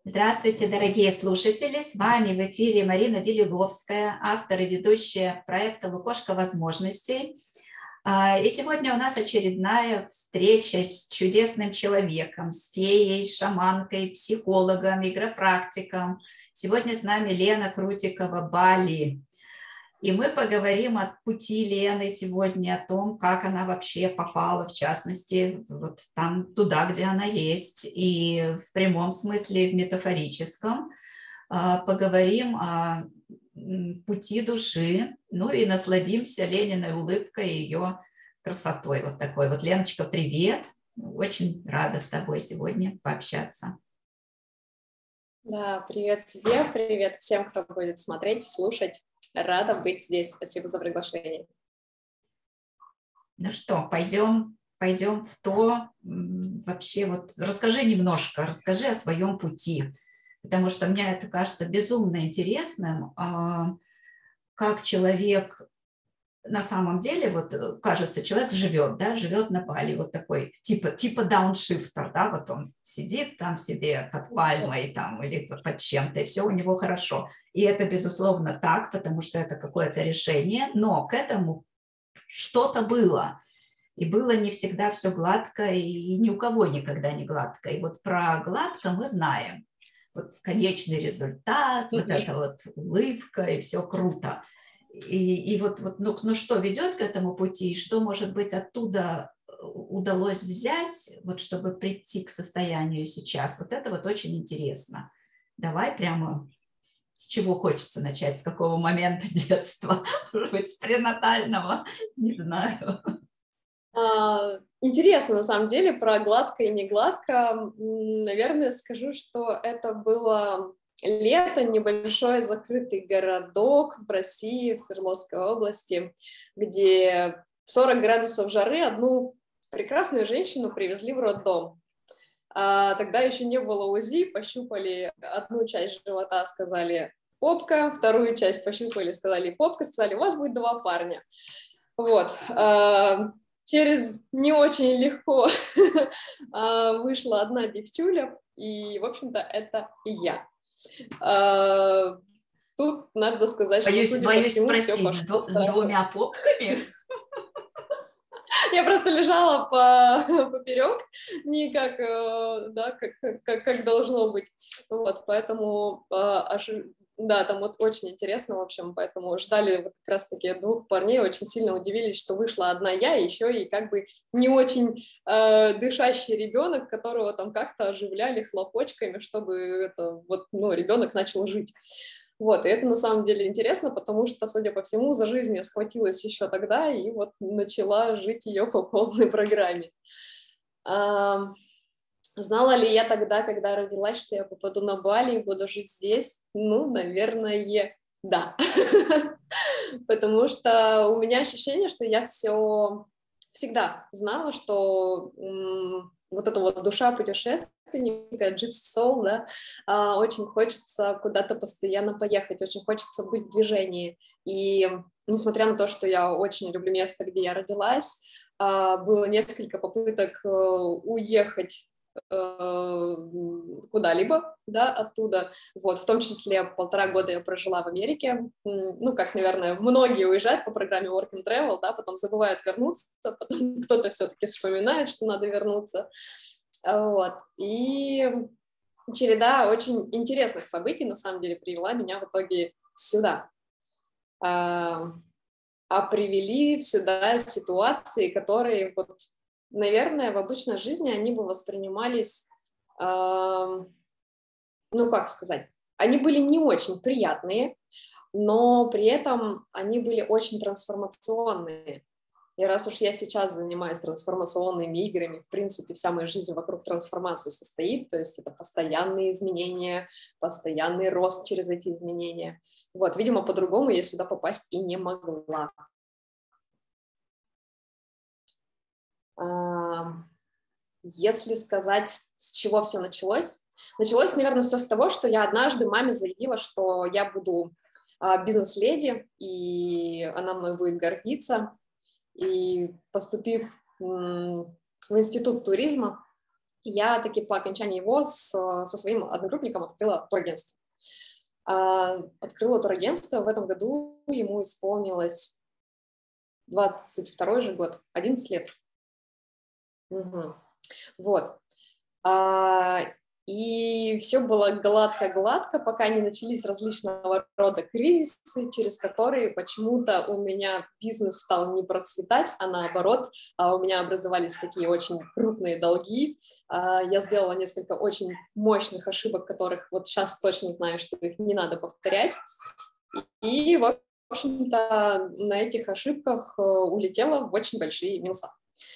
Здравствуйте, дорогие слушатели! С вами в эфире Марина Велиловская, автор и ведущая проекта «Лукошко возможностей». И сегодня у нас очередная встреча с чудесным человеком, с феей, шаманкой, психологом, игропрактиком. Сегодня с нами Лена Крутикова, Бали. И мы поговорим о пути Лены сегодня, о том, как она вообще попала, в частности, вот там, туда, где она есть, и в прямом смысле, и в метафорическом. Поговорим о пути души, ну и насладимся Лениной улыбкой и ее красотой. Вот такой вот. Леночка, привет! Очень рада с тобой сегодня пообщаться. Да, привет тебе, привет всем, кто будет смотреть, слушать. Рада быть здесь. Спасибо за приглашение. Ну что, пойдем в то. Вообще, вот расскажи немножко, расскажи о своем пути, потому что мне это кажется безумно интересным, как человек на самом деле, вот кажется, человек живет, да, живет на Бали, вот такой, типа дауншифтер, да, вот он сидит там себе под пальмой там или под чем-то, и все у него хорошо. И это, безусловно, так, потому что это какое-то решение, но к этому что-то было. И было не всегда все гладко, и ни у кого никогда не гладко. И вот про гладко мы знаем. Вот конечный результат, вот эта вот улыбка, и все круто. И вот ну что ведет к этому пути, и что, может быть, оттуда удалось взять, вот чтобы прийти к состоянию сейчас. Вот это вот очень интересно. Давай прямо с чего хочется начать, с какого момента детства, может быть, с пренатального, не знаю. Интересно, на самом деле, про гладко и не гладко. Наверное, скажу, что это было лето, небольшой закрытый городок в России, в Свердловской области, где в 40 градусов жары одну прекрасную женщину привезли в роддом. Тогда еще не было УЗИ, пощупали одну часть живота, сказали попка, вторую часть пощупали, сказали попка, сказали, у вас будет 2 парня. Вот. Через не очень легко вышла одна девчуля, и, в общем-то, это я. Тут надо сказать, что, судя по всему, спросить, все пошло. с 2 попками? Я просто лежала поперек, не как, да, как должно быть. Вот, поэтому да, там вот очень интересно, в общем, поэтому ждали вот как раз-таки 2 парней, очень сильно удивились, что вышла одна я, еще и как бы не очень дышащий ребенок, которого там как-то оживляли хлопочками, чтобы это, вот, ну, ребенок начал жить. Вот, и это на самом деле интересно, потому что, судя по всему, за жизнь я схватилась еще тогда и вот начала жить ее по полной программе. Знала ли я тогда, когда родилась, что я попаду на Бали и буду жить здесь? Ну, наверное, да. Потому что у меня ощущение, что я всегда знала, что вот эта вот душа путешественника, gypsy soul, да, очень хочется куда-то постоянно поехать, очень хочется быть в движении. И несмотря на то, что я очень люблю место, где я родилась, было несколько попыток уехать куда-либо, да, оттуда, вот, в том числе 1,5 года я прожила в Америке, ну, как, наверное, многие уезжают по программе Work and Travel, да, потом забывают вернуться, потом кто-то все-таки вспоминает, что надо вернуться, вот, и череда очень интересных событий, на самом деле, привела меня в итоге сюда, а привели сюда ситуации, которые вот, наверное, в обычной жизни они бы воспринимались, ну, как сказать, они были не очень приятные, но при этом они были очень трансформационные. И раз уж я сейчас занимаюсь трансформационными играми, в принципе, вся моя жизнь вокруг трансформации состоит, то есть это постоянные изменения, постоянный рост через эти изменения. Вот, видимо, по-другому я сюда попасть и не могла. Если сказать, с чего все началось, наверное, все с того, что я однажды маме заявила, что я буду бизнес-леди, и она мной будет гордиться. И поступив в институт туризма, я таки по окончании его со своим одногруппником открыла турагентство. Открыла турагентство, в этом году ему исполнилось 22-й же год, 11 лет. Угу. Вот. И все было гладко-гладко, пока не начались различного рода кризисы, через которые почему-то у меня бизнес стал не процветать, а наоборот, у меня образовались такие очень крупные долги. Я сделала несколько очень мощных ошибок, которых вот сейчас точно знаю, что их не надо повторять. И, в общем-то, на этих ошибках улетела в очень большие минуса.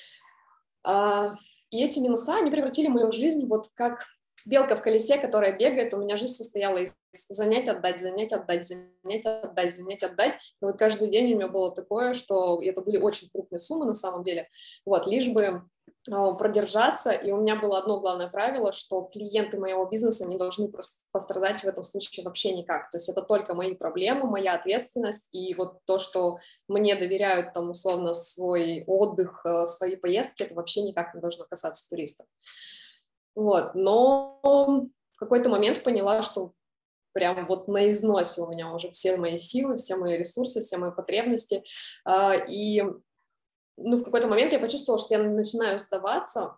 И эти минуса, они превратили мою жизнь вот как белка в колесе, которая бегает. У меня жизнь состояла из занять, отдать, занять, отдать, занять, отдать, занять, отдать. И вот каждый день у меня было такое, что это были очень крупные суммы на самом деле, вот, лишь бы продержаться. И у меня было одно главное правило, что клиенты моего бизнеса не должны пострадать в этом случае вообще никак. То есть это только мои проблемы, моя ответственность, и вот то, что мне доверяют там условно свой отдых, свои поездки, это вообще никак не должно касаться туристов. Вот, но в какой-то момент поняла, что прям вот на износе у меня уже все мои силы, все мои ресурсы, все мои потребности, и в какой-то момент я почувствовала, что я начинаю сдаваться,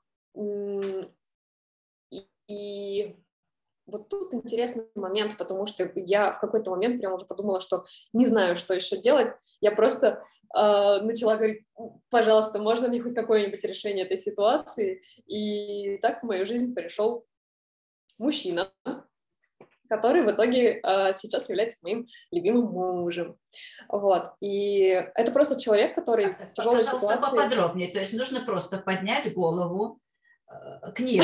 и вот тут интересный момент, потому что я в какой-то момент прям уже подумала, что не знаю, что еще делать, я просто начала говорить: пожалуйста, можно мне хоть какое-нибудь решение этой ситуации, и так в мою жизнь пришел мужчина, который в итоге сейчас является моим любимым мужем. Вот. И это просто человек, который в тяжелой ситуации... Пожалуйста, поподробнее. То есть нужно просто поднять голову к небу.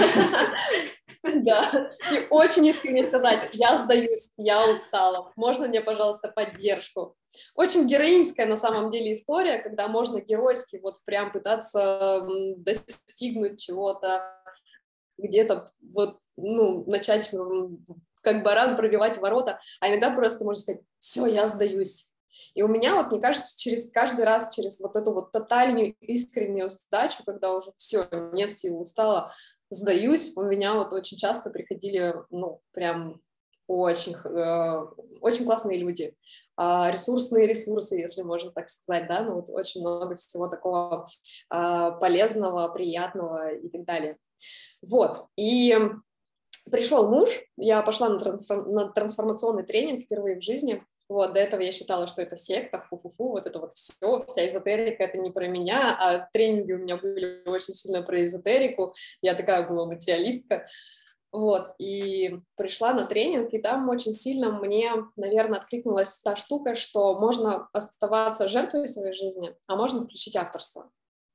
Да, и очень искренне сказать: я сдаюсь, я устала, можно мне, пожалуйста, поддержку. Очень героинская на самом деле история, когда можно геройски вот прям пытаться достигнуть чего-то, где-то вот, начать как баран пробивать ворота, а иногда просто можно сказать: все, я сдаюсь. И у меня, вот, мне кажется, каждый раз через вот эту вот тотальную искреннюю сдачу, когда уже все, нет сил, устала, сдаюсь, у меня вот очень часто приходили, прям очень, очень классные люди, ресурсные ресурсы, если можно так сказать, да, вот очень много всего такого полезного, приятного и так далее. Вот, и пришел муж, я пошла на трансформационный тренинг впервые в жизни. Вот, до этого я считала, что это секта, фу-фу-фу, вот это вот все, вся эзотерика, это не про меня, а тренинги у меня были очень сильно про эзотерику, я такая была материалистка, вот, и пришла на тренинг, и там очень сильно мне, наверное, откликнулась та штука, что можно оставаться жертвой своей жизни, а можно включить авторство.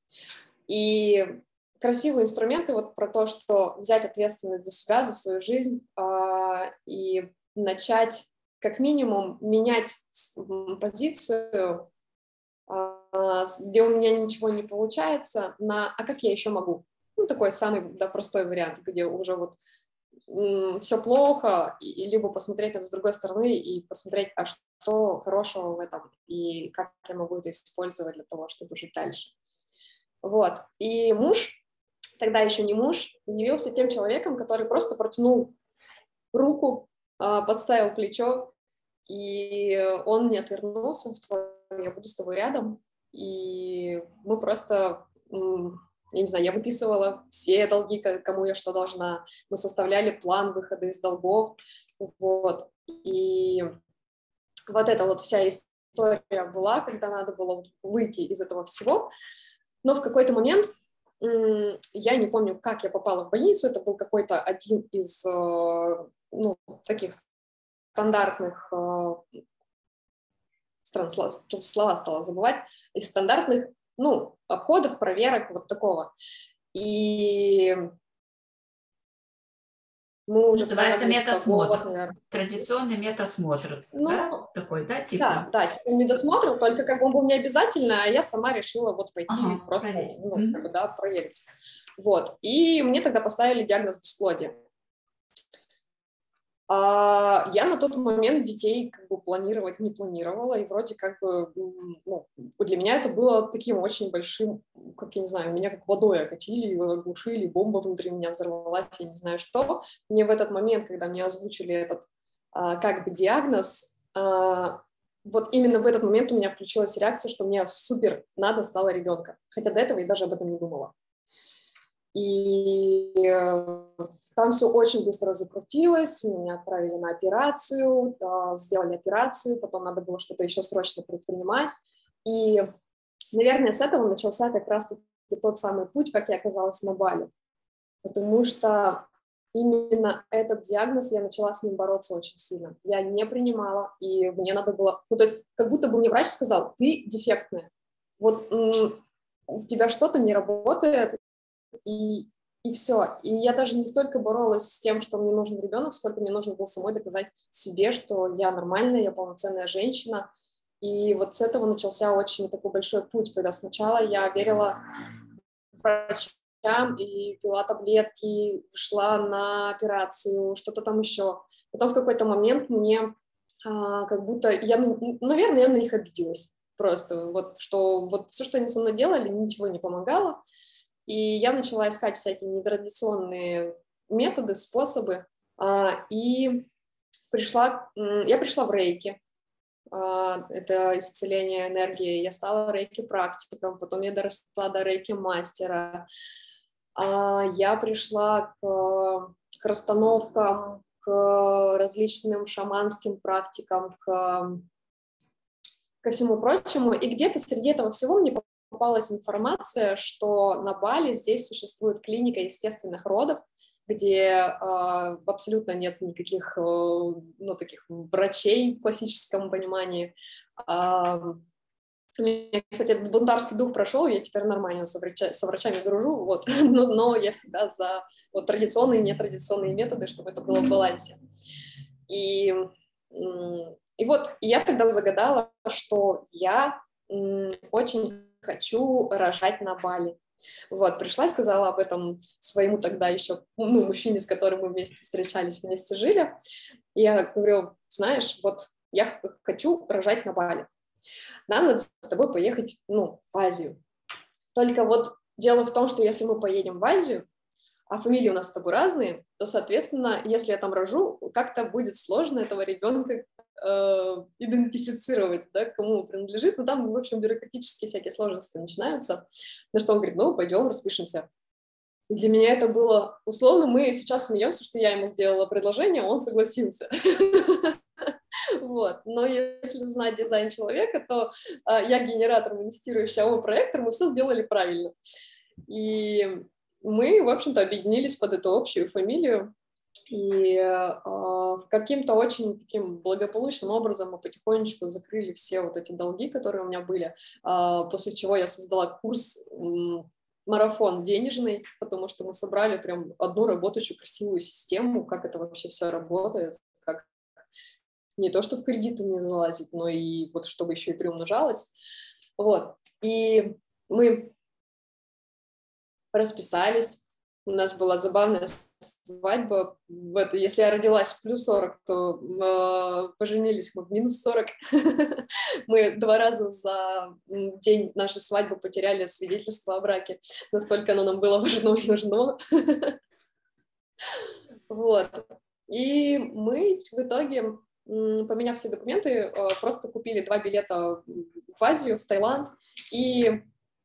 И красивые инструменты вот про то, что взять ответственность за себя, за свою жизнь и начать как минимум менять позицию, где у меня ничего не получается, на «а как я еще могу?» Такой самый простой вариант, где уже вот все плохо, и либо посмотреть это с другой стороны и посмотреть, а что хорошего в этом, и как я могу это использовать для того, чтобы жить дальше. Вот. И муж, тогда еще не муж, явился тем человеком, который просто протянул руку, подставил плечо, и он не отвернулся, сказал: я буду с тобой рядом. И мы просто, я не знаю, я выписывала все долги, кому я что должна, мы составляли план выхода из долгов, вот. И вот эта вот вся история была, когда надо было выйти из этого всего, но в какой-то момент, я не помню, как я попала в больницу, это был какой-то один из таких стандартных, слова стала забывать, из стандартных, обходов, проверок, вот такого. И мы уже... Называется медосмотр. Традиционный медосмотр. Да? Такой, да, типа? Да, медосмотр, только как бы он был не обязательно, а я сама решила вот пойти просто проверить. Вот. И мне тогда поставили диагноз бесплодия. Я на тот момент детей как бы планировать не планировала, и вроде как бы, ну, для меня это было таким очень большим, как я не знаю, меня как водой окатили, оглушили, бомба внутри меня взорвалась, я не знаю что. Мне в этот момент, когда мне озвучили этот как бы диагноз, вот именно в этот момент у меня включилась реакция, что мне супер надо стало ребенка, хотя до этого я даже об этом не думала. И там все очень быстро закрутилось, меня отправили на операцию, сделали операцию, потом надо было что-то еще срочно предпринимать. И, наверное, с этого начался как раз-таки тот самый путь, как я оказалась на Бали. Потому что именно этот диагноз, я начала с ним бороться очень сильно. Я не принимала, и мне надо было... Ну, то есть как будто бы мне врач сказал, ты дефектная. Вот у тебя что-то не работает, и все. И я даже не столько боролась с тем, что мне нужен ребенок, сколько мне нужно было самой доказать себе, что я нормальная, я полноценная женщина. И вот с этого начался очень такой большой путь, когда сначала я верила врачам и пила таблетки, шла на операцию, что-то там еще. Потом в какой-то момент мне как будто, наверное, я на них обиделась просто, вот, что вот все, что они со мной делали, ничего не помогало. И я начала искать всякие нетрадиционные методы, способы, и я пришла в рейки. Это исцеление энергии. Я стала рейки-практиком, потом я доросла до рейки-мастера. Я пришла к расстановкам, к различным шаманским практикам, ко всему прочему. И где-то среди этого всего мне попалась информация, что на Бали здесь существует клиника естественных родов, где абсолютно нет никаких таких врачей в классическом понимании. У меня, кстати, этот бунтарский дух прошел, я теперь нормально со врачами дружу, вот. но я всегда за вот, традиционные и нетрадиционные методы, чтобы это было в балансе. И вот я тогда загадала, что я очень хочу рожать на Бали. Вот, пришла и сказала об этом своему тогда еще, мужчине, с которым мы вместе встречались, вместе жили. И я говорю, знаешь, вот я хочу рожать на Бали. Нам надо с тобой поехать, в Азию. Только вот дело в том, что если мы поедем в Азию, а фамилии у нас с тобой разные, то, соответственно, если я там рожу, как-то будет сложно этого ребенка идентифицировать, да, кому он принадлежит. Ну, там, в общем, бюрократические всякие сложности начинаются. На что он говорит, пойдем, распишемся. И для меня это было условно, мы сейчас смеемся, что я ему сделала предложение, он согласился. Вот. Но если знать дизайн человека, то я генератор, манифестирующий, а он проектор, мы все сделали правильно. И мы, в общем-то, объединились под эту общую фамилию, и каким-то очень таким благополучным образом мы потихонечку закрыли все вот эти долги, которые у меня были, после чего я создала курс марафон денежный, потому что мы собрали прям одну работающую красивую систему, как это вообще все работает, как не то, что в кредиты не залазить, но и вот чтобы еще и приумножалось. Вот. И мы расписались. У нас была забавная свадьба. Если я родилась в плюс 40, то поженились мы в минус 40. Мы 2 раза за день нашей свадьбы потеряли свидетельство о браке. Настолько оно нам было важно и нужно. Вот. И мы в итоге, поменяв все документы, просто купили 2 билета в Азию, в Таиланд, и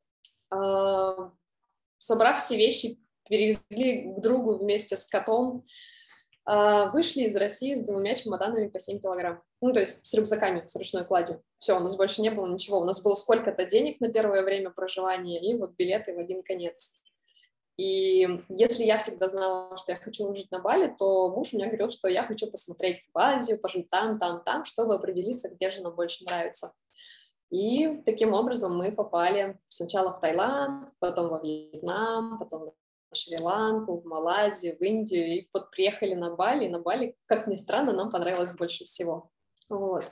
собрав все вещи, перевезли к другу вместе с котом, вышли из России с 2 чемоданами по 7 килограмм. То есть с рюкзаками, с ручной кладью. Все, у нас больше не было ничего. У нас было сколько-то денег на первое время проживания, и вот билеты в один конец. И если я всегда знала, что я хочу жить на Бали, то муж у меня говорил, что я хочу посмотреть в Азию, пожить там, чтобы определиться, где же нам больше нравится. И таким образом мы попали сначала в Таиланд, потом во Вьетнам, потом в Шри-Ланку, в Малайзию, в Индию, и вот приехали на Бали. И на Бали, как ни странно, нам понравилось больше всего. Вот.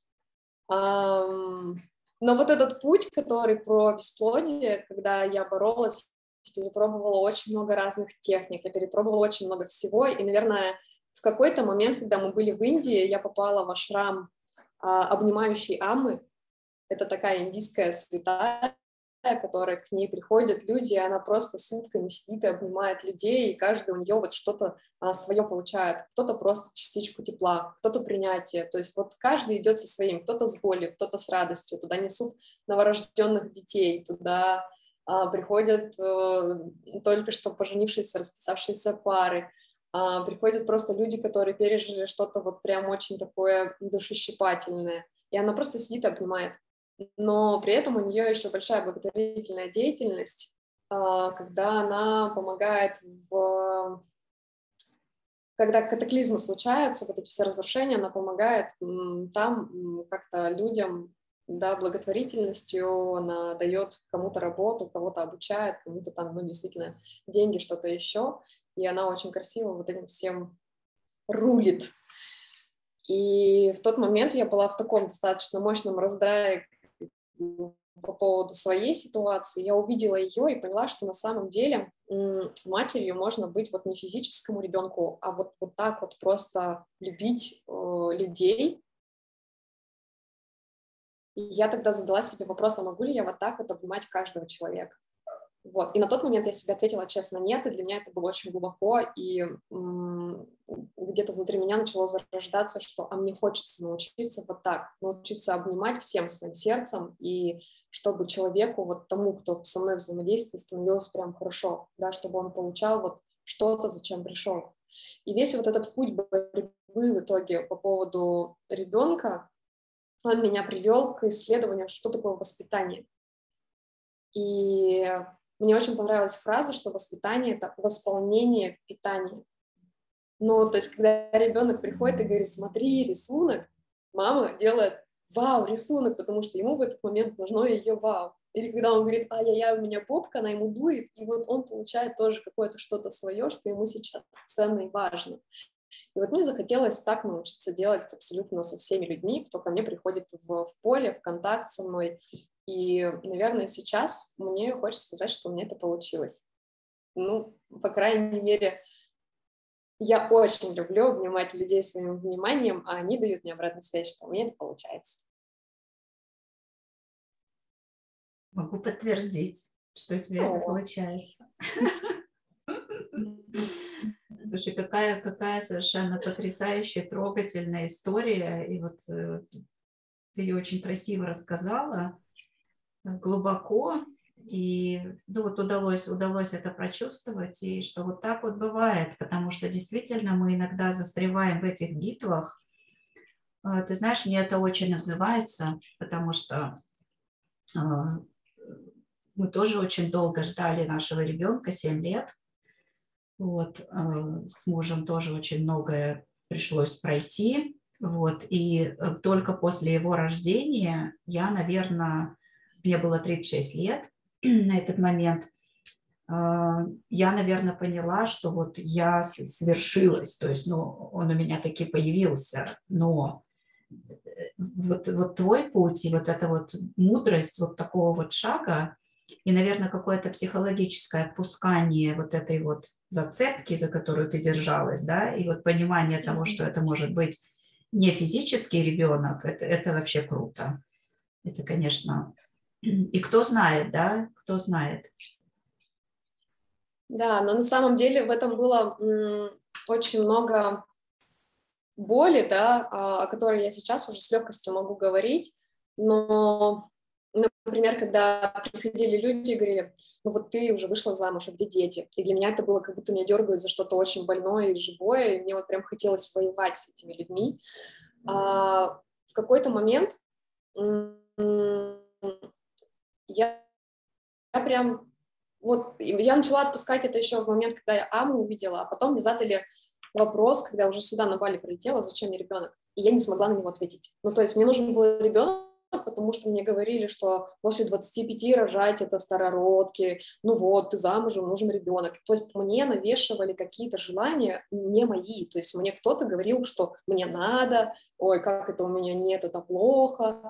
Но вот этот путь, который про бесплодие, когда я боролась, перепробовала очень много разных техник, я перепробовала очень много всего, и, наверное, в какой-то момент, когда мы были в Индии, я попала в ашрам обнимающей Аммы. Это такая индийская святая, которая к ней приходят люди, и она просто сутками сидит и обнимает людей, и каждый у нее вот что-то свое получает. Кто-то просто частичку тепла, кто-то принятие. То есть вот каждый идет со своим, кто-то с болью, кто-то с радостью. Туда несут новорожденных детей, туда приходят только что поженившиеся, расписавшиеся пары. Приходят просто люди, которые пережили что-то вот прям очень такое душещипательное. И она просто сидит и обнимает. Но при этом у нее еще большая благотворительная деятельность, когда она помогает, когда катаклизмы случаются, вот эти все разрушения, она помогает там как-то людям, да, благотворительностью, она дает кому-то работу, кого-то обучает, кому-то там, ну, действительно, деньги, что-то еще, и она очень красиво вот этим всем рулит. И в тот момент я была в таком достаточно мощном раздрае по поводу своей ситуации. Я увидела ее и поняла, что на самом деле матерью можно быть вот не физическому ребенку, а вот так вот просто любить людей. И я тогда задала себе вопрос, а могу ли я вот так вот обнимать каждого человека? Вот. И на тот момент я себе ответила честно нет, и для меня это было очень глубоко, и где-то внутри меня начало зарождаться, что мне хочется научиться вот так, научиться обнимать всем своим сердцем, и чтобы человеку, вот тому, кто со мной взаимодействует, становилось прям хорошо, да, чтобы он получал вот что-то, зачем пришел. И весь вот этот путь борьбы в итоге по поводу ребенка, он меня привел к исследованию, что такое воспитание. И мне очень понравилась фраза, что воспитание — это восполнение питания. Ну, то есть, когда ребенок приходит и говорит, смотри, рисунок, мама делает вау, рисунок, потому что ему в этот момент нужно ее вау. Или когда он говорит, ай-яй-яй, у меня попка, она ему дует, и вот он получает тоже какое-то что-то свое, что ему сейчас ценно и важно. И вот мне захотелось так научиться делать абсолютно со всеми людьми, кто ко мне приходит в поле, в контакт со мной. И, наверное, сейчас мне хочется сказать, что у меня это получилось. Ну, по крайней мере, я очень люблю обнимать людей своим вниманием, а они дают мне обратную связь, что у меня это получается. Могу подтвердить, что у тебя это получается. Слушай, какая совершенно потрясающая, трогательная история. И вот ты ее очень красиво рассказала, глубоко. И ну, вот удалось это прочувствовать, и что вот так вот бывает, потому что действительно мы иногда застреваем в этих битвах. Ты знаешь, мне это очень отзывается, потому что мы тоже очень долго ждали нашего ребенка, 7 лет. Вот, с мужем тоже очень многое пришлось пройти. Вот, и только после его рождения я, наверное, мне было 36 лет на этот момент, я, наверное, поняла, что вот я свершилась, то есть, ну, он у меня таки появился, но вот твой путь и вот эта вот мудрость вот такого вот шага, и, наверное, какое-то психологическое отпускание вот этой вот зацепки, за которую ты держалась, да, и вот понимание того, что это может быть не физический ребенок, это вообще круто. Это, конечно, и кто знает, да, кто знает. Да, но на самом деле в этом было очень много боли, да, о которой я сейчас уже с легкостью могу говорить, но, например, когда приходили люди и говорили, ну вот ты уже вышла замуж, а где дети? И для меня это было, как будто меня дергают за что-то очень больное и живое, и мне вот прям хотелось воевать с этими людьми. В какой-то момент я прям вот я начала отпускать это еще в момент, когда я Аму увидела, а потом мне задали вопрос, когда уже сюда на Бали прилетела, зачем мне ребенок? И я не смогла на него ответить. Ну, то есть мне нужен был ребенок, потому что мне говорили, что после 25 рожать это старородки, ну вот, ты замужем, нужен ребенок. То есть мне навешивали какие-то желания не мои. То есть мне кто-то говорил, что мне надо, ой, как это у меня нет, это плохо.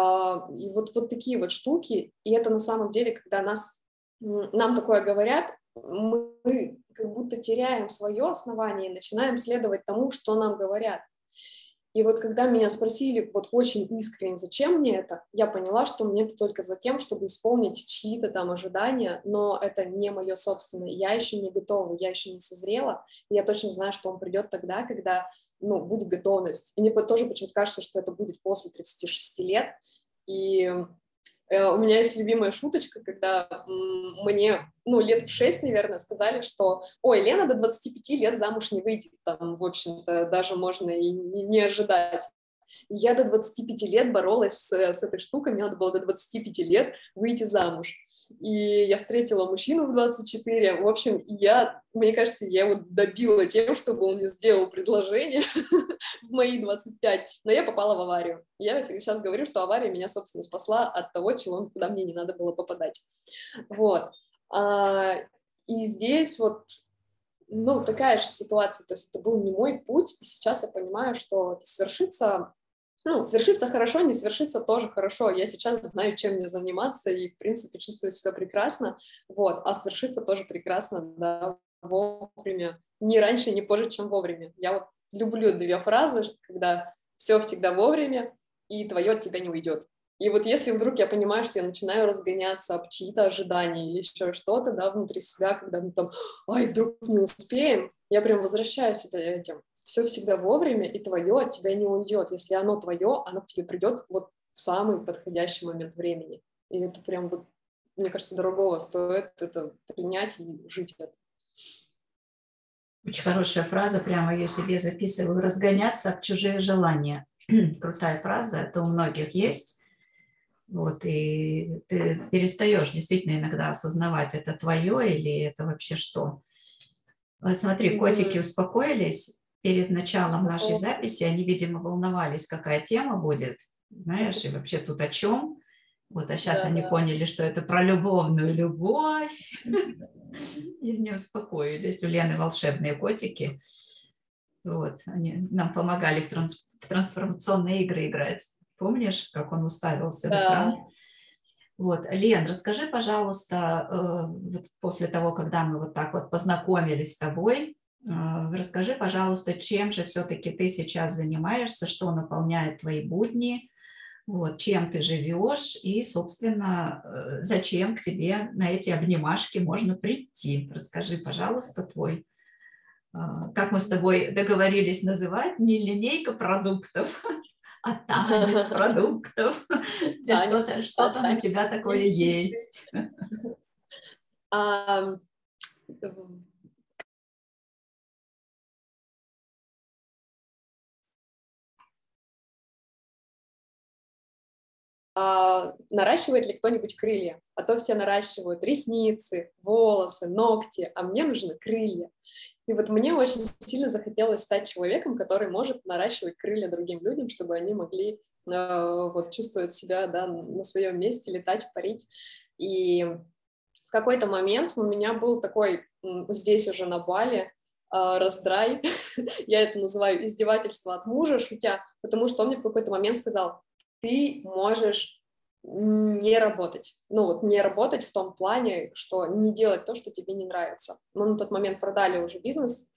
И вот такие вот штуки. И это на самом деле, когда нам такое говорят, мы как будто теряем свое основание и начинаем следовать тому, что нам говорят. И вот когда меня спросили вот очень искренне, зачем мне это, я поняла, что мне это только за тем, чтобы исполнить чьи-то там ожидания, но это не мое собственное. Я еще не готова, я еще не созрела, и я точно знаю, что он придет тогда, когда, ну, будет готовность. И мне тоже почему-то кажется, что это будет после 36 лет, и у меня есть любимая шуточка, когда мне, ну, лет в 6, наверное, сказали, что, ой, Лена до 25 лет замуж не выйдет, там, в общем-то, даже можно и не ожидать. Я до 25 лет боролась с этой штукой, мне надо было до 25 лет выйти замуж. И я встретила мужчину в 24, в общем, мне кажется, я его добила тем, чтобы он мне сделал предложение в мои 25, но я попала в аварию. Я сейчас говорю, что авария меня, собственно, спасла от того, куда мне не надо было попадать. Вот. И здесь вот, ну, такая же ситуация, то есть это был не мой путь, и сейчас я понимаю, что это свершится. Ну, свершится хорошо, не свершится тоже хорошо. Я сейчас знаю, чем мне заниматься, и, в принципе, чувствую себя прекрасно. Вот. А свершится тоже прекрасно, да, вовремя. Не раньше, не позже, чем вовремя. Я вот люблю 2 фразы, когда все всегда вовремя, и твое от тебя не уйдет. И вот если вдруг я понимаю, что я начинаю разгоняться об чьи-то ожидания или еще что-то, да, внутри себя, когда мы там, ай, вдруг не успеем, я прям возвращаюсь к этим. Все всегда вовремя, и твое от тебя не уйдет. Если оно твое, оно к тебе придет вот в самый подходящий момент времени. И это прям вот, мне кажется, дорогого стоит это принять и жить это. Очень хорошая фраза, прямо ее себе записываю. Разгоняться об чужие желания. Крутая фраза, это у многих есть. Вот, и ты перестаешь действительно иногда осознавать, это твое или это вообще что. Смотри, котики успокоились. Перед началом нашей записи они, видимо, волновались, какая тема будет, знаешь, и вообще тут о чем. Вот, а сейчас они поняли, что это про любовную любовь. И не успокоились. У Лены волшебные котики. Вот, они нам помогали в трансформационные игры играть. Помнишь, как он уставился в экран? Вот, Лен, расскажи, пожалуйста, вот после того, когда мы вот так вот познакомились с тобой, расскажи, пожалуйста, чем же все-таки ты сейчас занимаешься, что наполняет твои будни, вот, чем ты живешь и, собственно, зачем к тебе на эти обнимашки можно прийти. Расскажи, пожалуйста, как мы с тобой договорились называть, не линейка продуктов, а танец продуктов. Что там у тебя такое есть? Наращивает ли кто-нибудь крылья? А то все наращивают ресницы, волосы, ногти, а мне нужны крылья. И вот мне очень сильно захотелось стать человеком, который может наращивать крылья другим людям, чтобы они могли вот, чувствовать себя, да, на своем месте, летать, парить. И в какой-то момент у меня был такой, здесь уже на Бали, раздрай, я это называю издевательство от мужа, шутя, потому что он мне в какой-то момент сказал: ты можешь не работать. Ну вот не работать в том плане, что не делать то, что тебе не нравится. Мы на тот момент продали уже бизнес,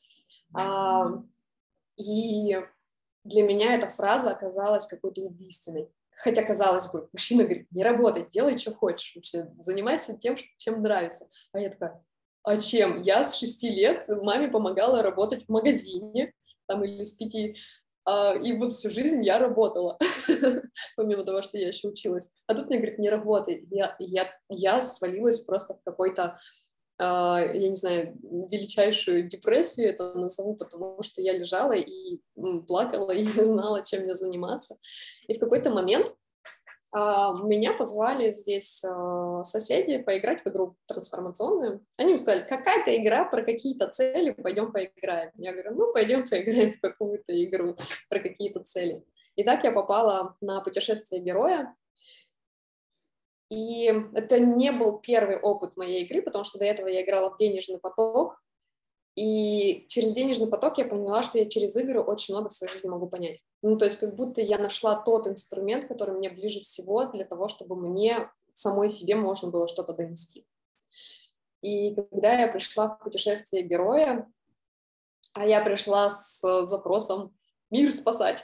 и для меня эта фраза оказалась какой-то убийственной. Хотя, казалось бы, мужчина говорит: не работай, делай, что хочешь, вообще занимайся тем, чем нравится. А я такая: а чем? Я с 6 лет маме помогала работать в магазине, там, или с 5, и вот всю жизнь я работала, помимо того, что я еще училась. А тут мне говорит: не работай. Я свалилась просто в какой-то, я не знаю, величайшую депрессию это назову, потому что я лежала и плакала, и не знала, чем мне заниматься. И в какой-то момент меня позвали здесь соседи поиграть в игру трансформационную. Они мне сказали: какая-то игра про какие-то цели, пойдем поиграем. Я говорю: ну, пойдем поиграем в какую-то игру про какие-то цели. И так я попала на путешествие героя. И это не был первый опыт моей игры, потому что до этого я играла в денежный поток. И через денежный поток я поняла, что я через игры очень много в своей жизни могу понять. Ну, то есть как будто я нашла тот инструмент, который мне ближе всего для того, чтобы мне самой себе можно было что-то донести. И когда я пришла в путешествие героя, а я пришла с запросом «Мир спасать»,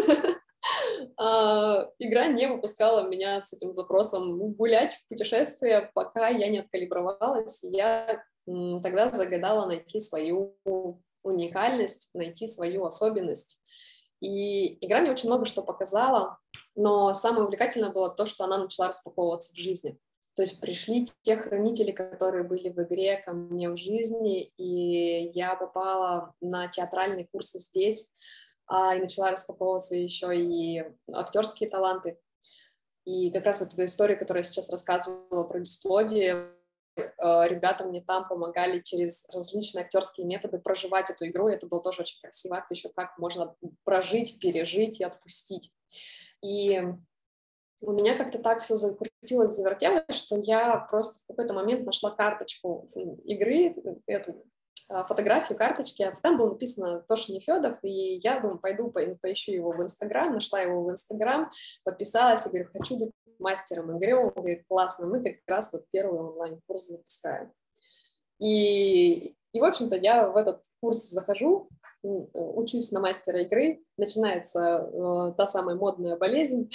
игра не выпускала меня с этим запросом гулять в путешествие, пока я не откалибровалась. Я тогда загадала найти свою уникальность, найти свою особенность. И игра мне очень много что показала, но самое увлекательное было то, что она начала распаковываться в жизни. То есть пришли те хранители, которые были в игре, ко мне в жизни, и я попала на театральные курсы здесь, и начала распаковываться еще и актерские таланты. И как раз вот эту историю, которую я сейчас рассказывала про бесплодие, ребята мне там помогали через различные актерские методы проживать эту игру, и это был тоже очень красивый акт, еще как можно прожить, пережить и отпустить. И у меня как-то так все закрутилось, завертелось, что я просто в какой-то момент нашла карточку игры, эту фотографию карточки, а там было написано Тоша Нефедов, и я думаю, пойду поищу его в Инстаграм, нашла его в Инстаграм, подписалась и говорю, хочу быть мастером игры. Он говорит, классно, мы как раз вот первый онлайн-курс запускаем. И в общем-то, я в этот курс захожу, учусь на мастера игры, начинается та самая модная болезнь.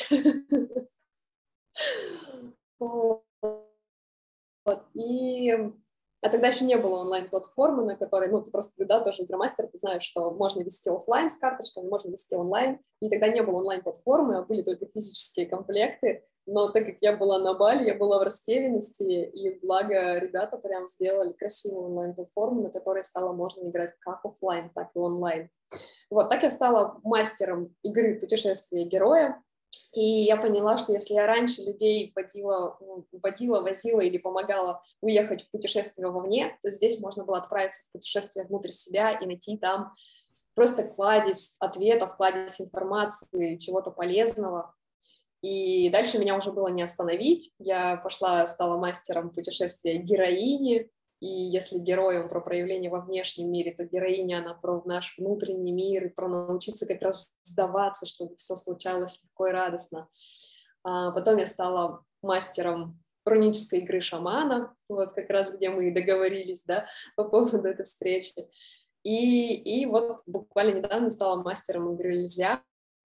А тогда еще не было онлайн-платформы, на которой, ты просто, да, тоже игромастер, ты знаешь, что можно вести офлайн с карточками, можно вести онлайн, и тогда не было онлайн-платформы, а были только физические комплекты, но так как я была на Бали, я была в растерянности, и благо ребята прям сделали красивую онлайн-платформу, на которой стало можно играть как офлайн, так и онлайн. Вот, так я стала мастером игры «Путешествие героя», и я поняла, что если я раньше людей возила или помогала уехать в путешествие вовне, то здесь можно было отправиться в путешествие внутрь себя и найти там просто кладезь ответов, кладезь информации, чего-то полезного. И дальше меня уже было не остановить. Я стала мастером путешествия героини. И если герой, он про проявление во внешнем мире, то героиня, она про наш внутренний мир, и про научиться как раз сдаваться, чтобы все случалось легко и радостно. Потом я стала мастером рунической игры шамана, вот как раз где мы и договорились, да, по поводу этой встречи. И вот буквально недавно стала мастером игры Лизя.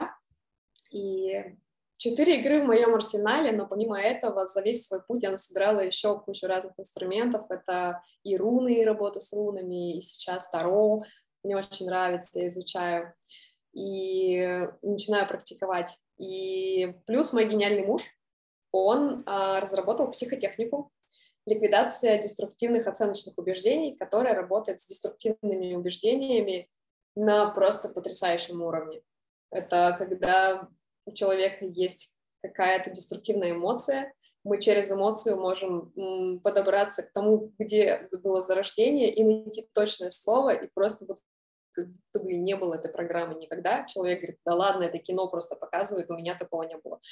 И 4 игры в моем арсенале, но помимо этого за весь свой путь я насобирала еще кучу разных инструментов. Это и руны, и работа с рунами, и сейчас Таро. Мне очень нравится, я изучаю и начинаю практиковать. И плюс мой гениальный муж, он разработал психотехнику, ликвидация деструктивных оценочных убеждений, которая работает с деструктивными убеждениями на просто потрясающем уровне. Это когда у человека есть какая-то деструктивная эмоция, мы через эмоцию можем подобраться к тому, где было зарождение, и найти точное слово, и просто вот как будто бы не было этой программы никогда. Человек говорит, да ладно, это кино просто показывает, у меня такого не было.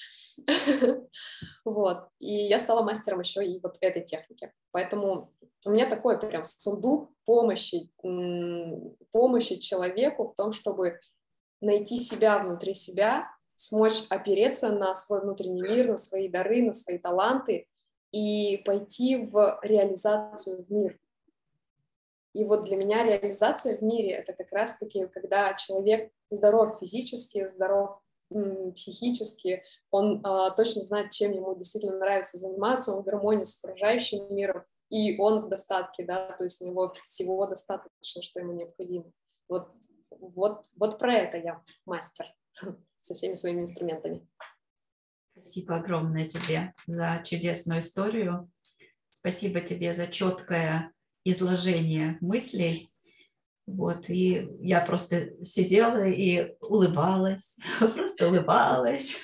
Вот. И я стала мастером еще и вот этой техники. Поэтому у меня такой прям сундук помощи человеку в том, чтобы найти себя внутри себя, смочь опереться на свой внутренний мир, на свои дары, на свои таланты и пойти в реализацию в мир. И вот для меня реализация в мире — это как раз-таки, когда человек здоров физически, здоров психически, он точно знает, чем ему действительно нравится заниматься, он в гармонии с окружающим миром, и он в достатке, да, то есть у него всего достаточно, что ему необходимо. Вот про это я мастер со всеми своими инструментами. Спасибо огромное тебе за чудесную историю. Спасибо тебе за четкое изложение мыслей. Вот, и я просто сидела и улыбалась, просто улыбалась.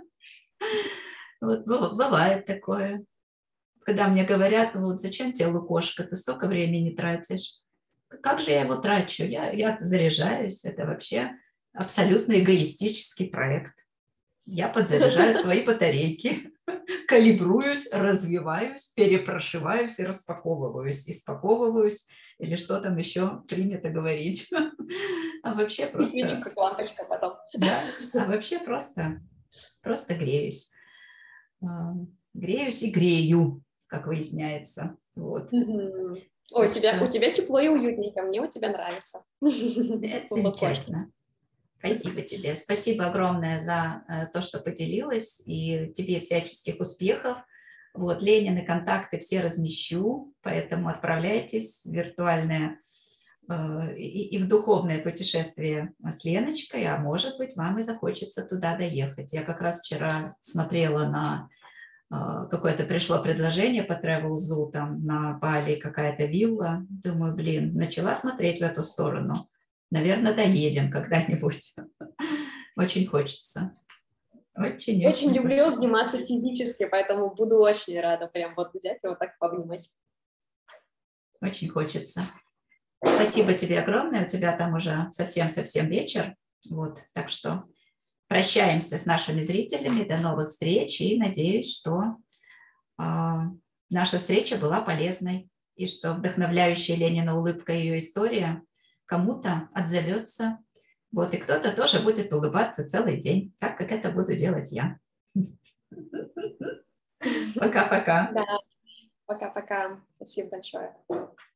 Вот, бывает такое. Когда мне говорят, вот зачем тебе лукошко, ты столько времени тратишь. Как же я его трачу? Я заряжаюсь, это вообще абсолютно эгоистический проект. Я подзаряжаю свои батарейки, калибруюсь, развиваюсь, перепрошиваюсь и распаковываюсь, и спаковываюсь, или что там еще принято говорить. А вообще просто... как лампочка потом. Да, а вообще просто греюсь. Греюсь и грею, как выясняется. Вот. Ой, Так у что тебя тепло и уютненько, мне у тебя нравится. это замечательно. Спасибо тебе. Спасибо огромное за то, что поделилась, и тебе всяческих успехов. Вот, Ленины контакты все размещу, поэтому отправляйтесь в виртуальное и в духовное путешествие с Леночкой, а может быть, вам и захочется туда доехать. Я как раз вчера смотрела на какое-то пришло предложение по Travelzoo, там на Бали какая-то вилла. Думаю, блин, начала смотреть в эту сторону. Наверное, доедем когда-нибудь. Очень хочется. Очень Очень-очень люблю хочется. обниматься физически, поэтому буду очень рада прям вот взять и вот так пообнимать. Очень хочется. Спасибо тебе огромное. У тебя там уже совсем-совсем вечер. Вот, так что прощаемся с нашими зрителями. До новых встреч. И надеюсь, что наша встреча была полезной. И что вдохновляющая Ленина улыбка и ее история кому-то отзовется. Вот, и кто-то тоже будет улыбаться целый день, так как это буду делать я. Пока-пока. Да, пока-пока. Спасибо большое.